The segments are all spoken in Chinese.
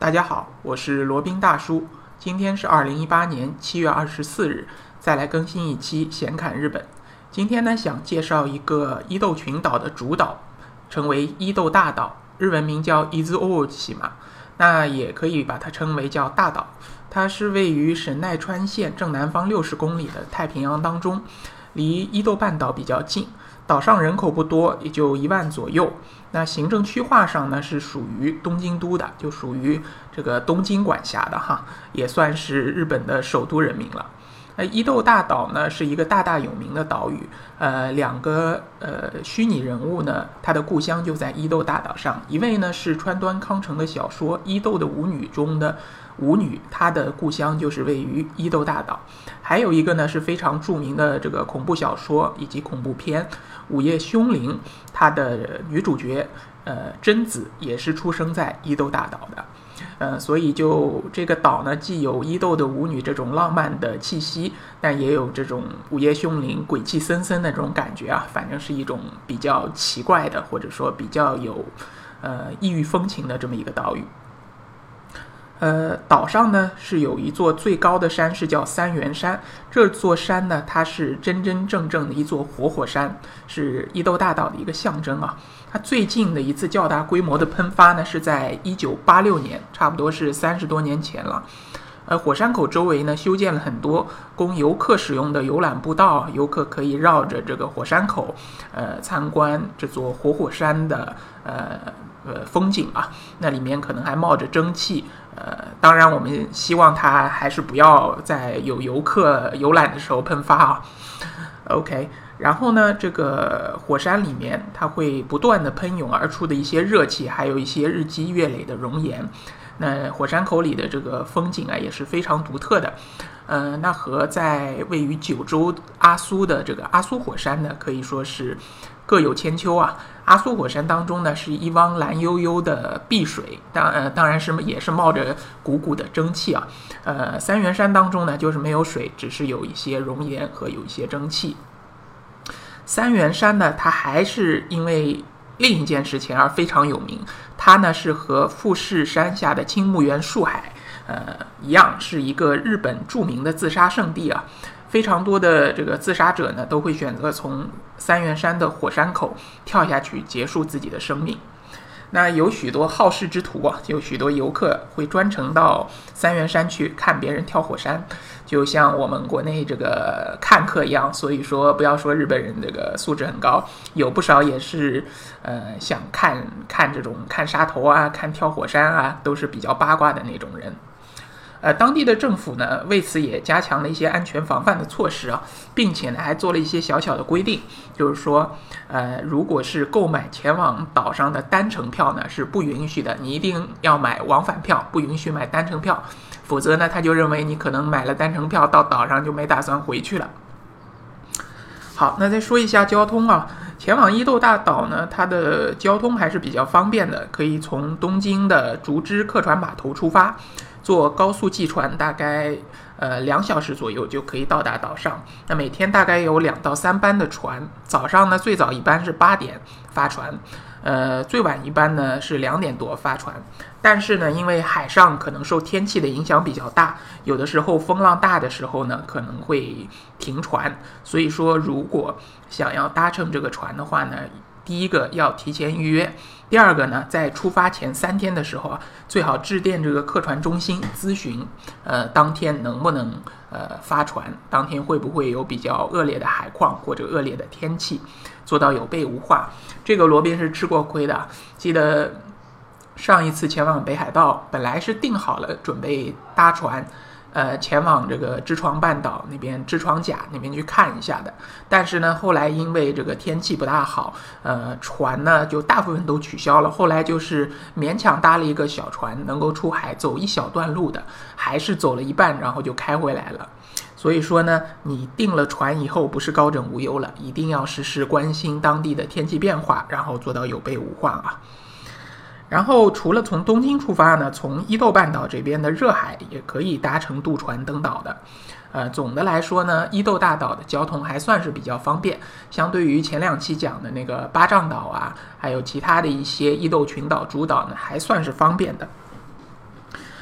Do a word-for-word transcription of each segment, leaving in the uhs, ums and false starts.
大家好，我是罗宾大叔。今天是二零一八年七月二十四日，再来更新一期闲侃日本。今天呢，想介绍一个伊豆群岛的主岛，称为伊豆大岛，日文名叫伊豆大島，那也可以把它称为叫大岛。它是位于神奈川县正南方六十公里的太平洋当中，离伊豆半岛比较近。岛上人口不多，也就一万左右。那行政区划上呢，是属于东京都的，就属于这个东京管辖的哈，也算是日本的首都人民了。那伊豆大岛呢，是一个大大有名的岛屿。呃，两个呃虚拟人物呢，他的故乡就在伊豆大岛上。一位呢是川端康成的小说《伊豆的舞女》中的舞女，她的故乡就是位于伊豆大岛。还有一个呢是非常著名的这个恐怖小说以及恐怖片《午夜凶铃》，它的女主角呃贞子也是出生在伊豆大岛的。呃，所以就这个岛呢，既有伊豆的舞女这种浪漫的气息，但也有这种午夜凶铃、鬼气森森的这种感觉啊，反正是一种比较奇怪的，或者说比较有呃异域风情的这么一个岛屿。呃，岛上呢是有一座最高的山，是叫三元山。这座山呢，它是真真正正的一座活火山，是伊豆大岛的一个象征啊。它最近的一次较大规模的喷发呢，是在一九八六年，差不多是三十多年前了。呃，火山口周围呢修建了很多供游客使用的游览步道，游客可以绕着这个火山口，呃，参观这座活火山的呃呃风景啊。那里面可能还冒着蒸汽，呃，当然我们希望它还是不要在有游客游览的时候喷发啊。OK。然后呢，这个火山里面它会不断的喷涌而出的一些热气，还有一些日积月累的熔岩。那火山口里的这个风景啊，也是非常独特的。呃，那和在位于九州阿苏的这个阿苏火山呢，可以说是各有千秋啊。阿苏火山当中呢，是一汪蓝悠悠的碧水，当呃当然是也是冒着鼓鼓的蒸汽啊。呃，三元山当中呢，就是没有水，只是有一些熔岩和有一些蒸汽。三元山呢，它还是因为另一件事情而非常有名。它呢是和富士山下的青木原树海，呃一样，是一个日本著名的自杀圣地啊。非常多的这个自杀者呢，都会选择从三元山的火山口跳下去结束自己的生命。那有许多好事之徒啊，有许多游客会专程到三元山去看别人跳火山，就像我们国内这个看客一样。所以说，不要说日本人这个素质很高，有不少也是呃想看看这种看沙头啊、看跳火山啊，都是比较八卦的那种人。呃，当地的政府呢，为此也加强了一些安全防范的措施啊，并且呢，还做了一些小小的规定，就是说，呃，如果是购买前往岛上的单程票呢，是不允许的，你一定要买往返票，不允许买单程票，否则呢，他就认为你可能买了单程票到岛上就没打算回去了。好，那再说一下交通啊，前往伊豆大岛呢，它的交通还是比较方便的，可以从东京的竹枝客船码头出发。坐高速汽船大概呃两小时左右就可以到达岛上。那每天大概有两到三班的船，早上呢最早一班是八点发船，呃最晚一班呢是两点多发船。但是呢，因为海上可能受天气的影响比较大，有的时候风浪大的时候呢可能会停船，所以说如果想要搭乘这个船的话呢，第一个要提前预约，第二个呢，在出发前三天的时候啊，最好致电这个客船中心咨询，呃，当天能不能呃发船，当天会不会有比较恶劣的海况或者恶劣的天气，做到有备无患。这个罗宾是吃过亏的，记得上一次前往北海道，本来是订好了准备搭船。呃，前往这个知床半岛那边知床岬那边去看一下的，但是呢，后来因为这个天气不大好，呃，船呢就大部分都取消了。后来就是勉强搭了一个小船，能够出海走一小段路的，还是走了一半，然后就开回来了。所以说呢，你订了船以后不是高枕无忧了，一定要时时关心当地的天气变化，然后做到有备无患啊。然后除了从东京出发呢，从伊豆半岛这边的热海也可以搭乘渡船登岛的。呃，总的来说呢，伊豆大岛的交通还算是比较方便，相对于前两期讲的那个八丈岛啊，还有其他的一些伊豆群岛主岛呢，还算是方便的。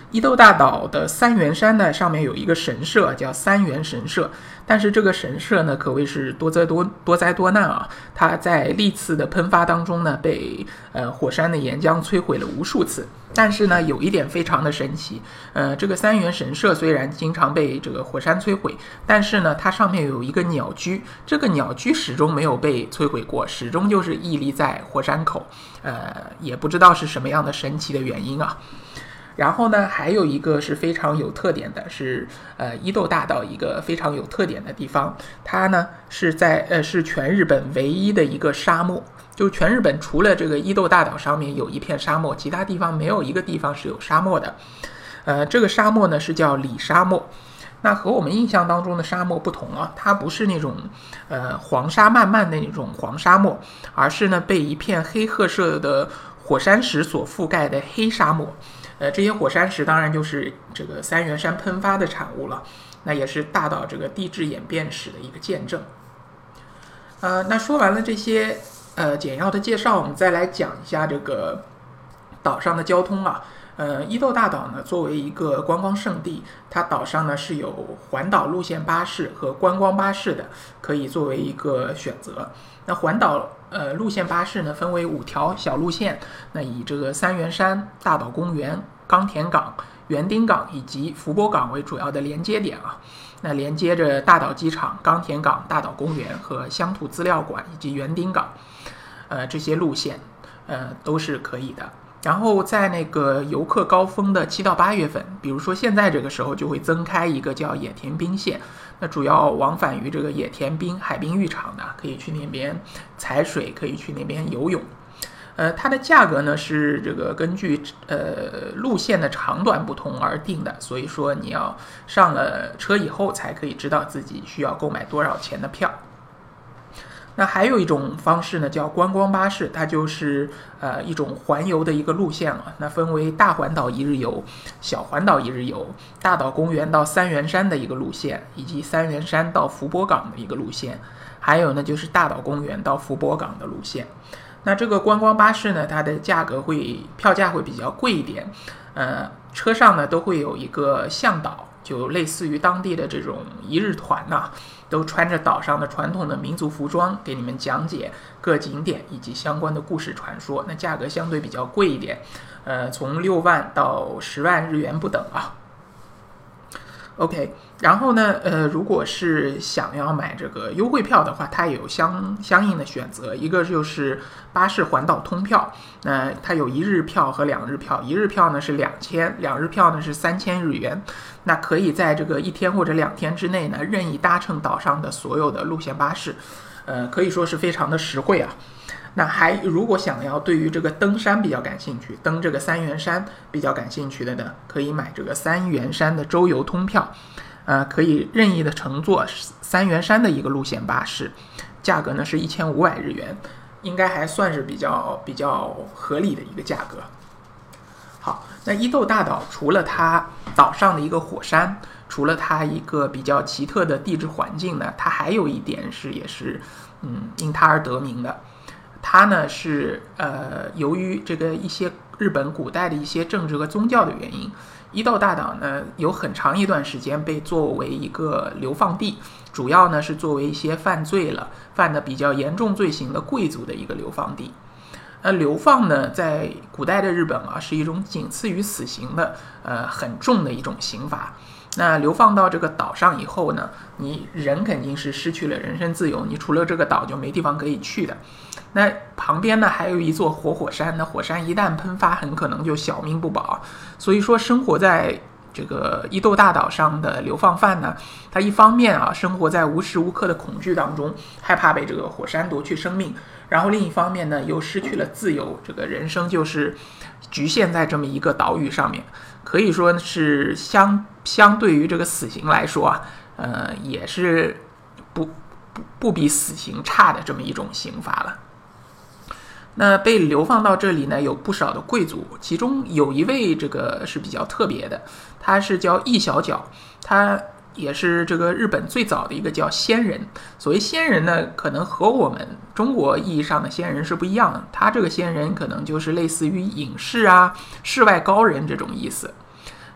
伊豆大岛的三元山呢，上面有一个神社叫三元神社，但是这个神社呢，可谓是多灾多多灾多难啊！它在历次的喷发当中呢，被呃火山的岩浆摧毁了无数次。但是呢，有一点非常的神奇，呃，这个三元神社虽然经常被这个火山摧毁，但是呢，它上面有一个鸟居，这个鸟居始终没有被摧毁过，始终就是屹立在火山口，呃，也不知道是什么样的神奇的原因啊。然后呢，还有一个是非常有特点的，是呃伊豆大岛一个非常有特点的地方，它呢是在呃是全日本唯一的一个沙漠，就全日本除了这个伊豆大岛上面有一片沙漠，其他地方没有一个地方是有沙漠的。呃，这个沙漠呢是叫里沙漠。那和我们印象当中的沙漠不同啊，它不是那种呃黄沙漫漫的那种黄沙漠，而是呢被一片黑褐色的火山石所覆盖的黑沙漠。呃，这些火山石当然就是这个三元山喷发的产物了，那也是大岛这个地质演变史的一个见证。呃，那说完了这些呃简要的介绍，我们再来讲一下这个岛上的交通啊。呃，伊豆大岛呢，作为一个观光胜地，它岛上呢是有环岛路线巴士和观光巴士的，可以作为一个选择。那环岛呃路线巴士呢，分为五条小路线，那以这个三元山、大岛公园、冈田港、园丁港以及福波港为主要的连接点啊。那连接着大岛机场、冈田港、大岛公园和乡土资料馆以及园丁港，呃这些路线呃都是可以的。然后在那个游客高峰的七到八月份，比如说现在这个时候就会增开一个叫野田滨线，那主要往返于这个野田滨海滨浴场的，可以去那边踩水，可以去那边游泳。呃，它的价格呢是这个根据呃路线的长短不同而定的，所以说你要上了车以后才可以知道自己需要购买多少钱的票。那还有一种方式呢，叫观光巴士，它就是呃一种环游的一个路线了。那分为大环岛一日游、小环岛一日游、大岛公园到三元山的一个路线，以及三元山到福波港的一个路线，还有呢就是大岛公园到福波港的路线。那这个观光巴士呢，它的价格会票价会比较贵一点，呃，车上呢都会有一个向导，就类似于当地的这种一日团呐、啊。都穿着岛上的传统的民族服装，给你们讲解各景点以及相关的故事传说。那价格相对比较贵一点，呃，从六万到十万日元不等啊。OK， 然后呢，呃，如果是想要买这个优惠票的话，它也有相相应的选择。一个就是巴士环岛通票，那、呃、它有一日票和两日票。一日票呢是两千，两日票呢是三千日元。那可以在这个一天或者两天之内呢，任意搭乘岛上的所有的路线巴士，呃，可以说是非常的实惠啊。那还如果想要对于这个登山比较感兴趣，登这个三元山比较感兴趣的呢，可以买这个三元山的周游通票，呃，可以任意的乘坐三元山的一个路线巴士，价格呢是一千五百日元，应该还算是比较比较合理的一个价格。好，那伊豆大岛除了它岛上的一个火山，除了它一个比较奇特的地质环境呢，它还有一点是也是嗯因它而得名的。它呢是呃由于这个一些日本古代的一些政治和宗教的原因，伊豆大岛呢有很长一段时间被作为一个流放地，主要呢是作为一些犯罪了、犯的比较严重罪行的贵族的一个流放地。那流放呢，在古代的日本啊，是一种仅次于死刑的呃很重的一种刑罚。那流放到这个岛上以后呢，你人肯定是失去了人身自由，你除了这个岛就没地方可以去的。那旁边呢还有一座活火山，那火山一旦喷发，很可能就小命不保。所以说，生活在这个伊豆大岛上的流放犯呢，他一方面啊生活在无时无刻的恐惧当中，害怕被这个火山夺去生命，然后另一方面呢又失去了自由，这个人生就是局限在这么一个岛屿上面，可以说是相相对于这个死刑来说啊，呃也是不不不比死刑差的这么一种刑罚了。那被流放到这里呢，有不少的贵族，其中有一位这个是比较特别的，他是叫义小角，他也是这个日本最早的一个叫仙人。所谓仙人呢，可能和我们中国意义上的仙人是不一样的，他这个仙人可能就是类似于隐士啊、世外高人这种意思。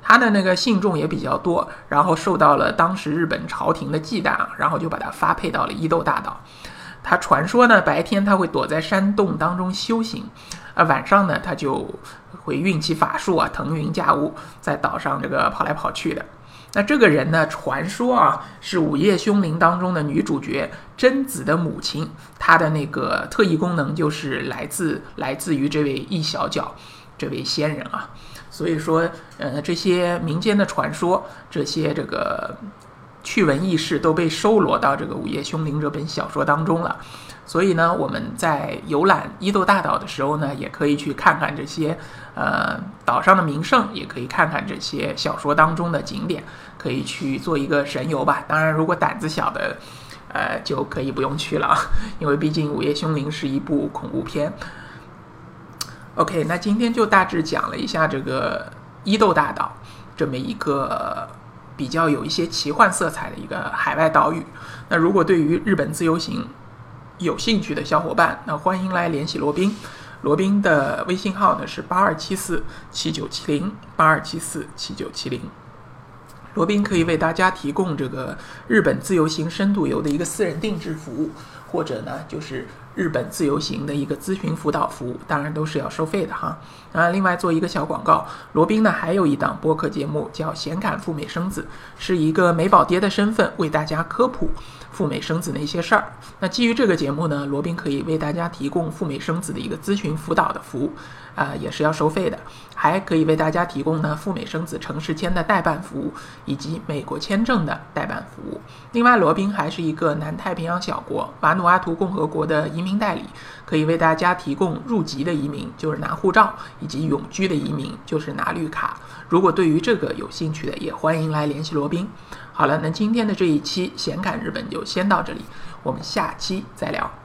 他的那个信众也比较多，然后受到了当时日本朝廷的忌惮，然后就把他发配到了伊豆大岛。他传说呢，白天他会躲在山洞当中修行，啊，晚上呢他就会运起法术啊，腾云驾雾，在岛上这个跑来跑去的。那这个人呢，传说啊是《午夜凶铃》当中的女主角贞子的母亲，她的那个特异功能就是来自来自于这位易小角这位仙人啊。所以说，呃，这些民间的传说，这些这个趣闻轶事都被收罗到这个《午夜凶铃》这本小说当中了。所以呢，我们在游览伊豆大岛的时候呢，也可以去看看这些呃岛上的名胜，也可以看看这些小说当中的景点，可以去做一个神游吧。当然，如果胆子小的，呃，就可以不用去了，因为毕竟《午夜凶铃》是一部恐怖片。OK， 那今天就大致讲了一下这个伊豆大岛这么一个比较有一些奇幻色彩的一个海外岛屿。那如果对于日本自由行有兴趣的小伙伴，那欢迎来联系罗宾。罗宾的微信号呢是八二七四七九七零八二七四七九七零。罗宾可以为大家提供这个日本自由行深度游的一个私人定制服务，或者呢就是日本自由行的一个咨询辅导服务，当然都是要收费的哈。啊，另外做一个小广告，罗宾呢还有一档播客节目叫闲侃赴美生子，是一个美宝爹的身份为大家科普赴美生子的一些事儿。那基于这个节目呢，罗宾可以为大家提供赴美生子的一个咨询辅导的服务，啊、呃，也是要收费的，还可以为大家提供呢赴美生子城市签的代办服务，以及美国签证的代办服务。另外，罗宾还是一个南太平洋小国瓦努阿图共和国的移民代理，可以为大家提供入籍的移民，就是拿护照，以及永居的移民，就是拿绿卡。如果对于这个有兴趣的，也欢迎来联系罗宾。好了，那今天的这一期闲侃日本就先到这里，我们下期再聊。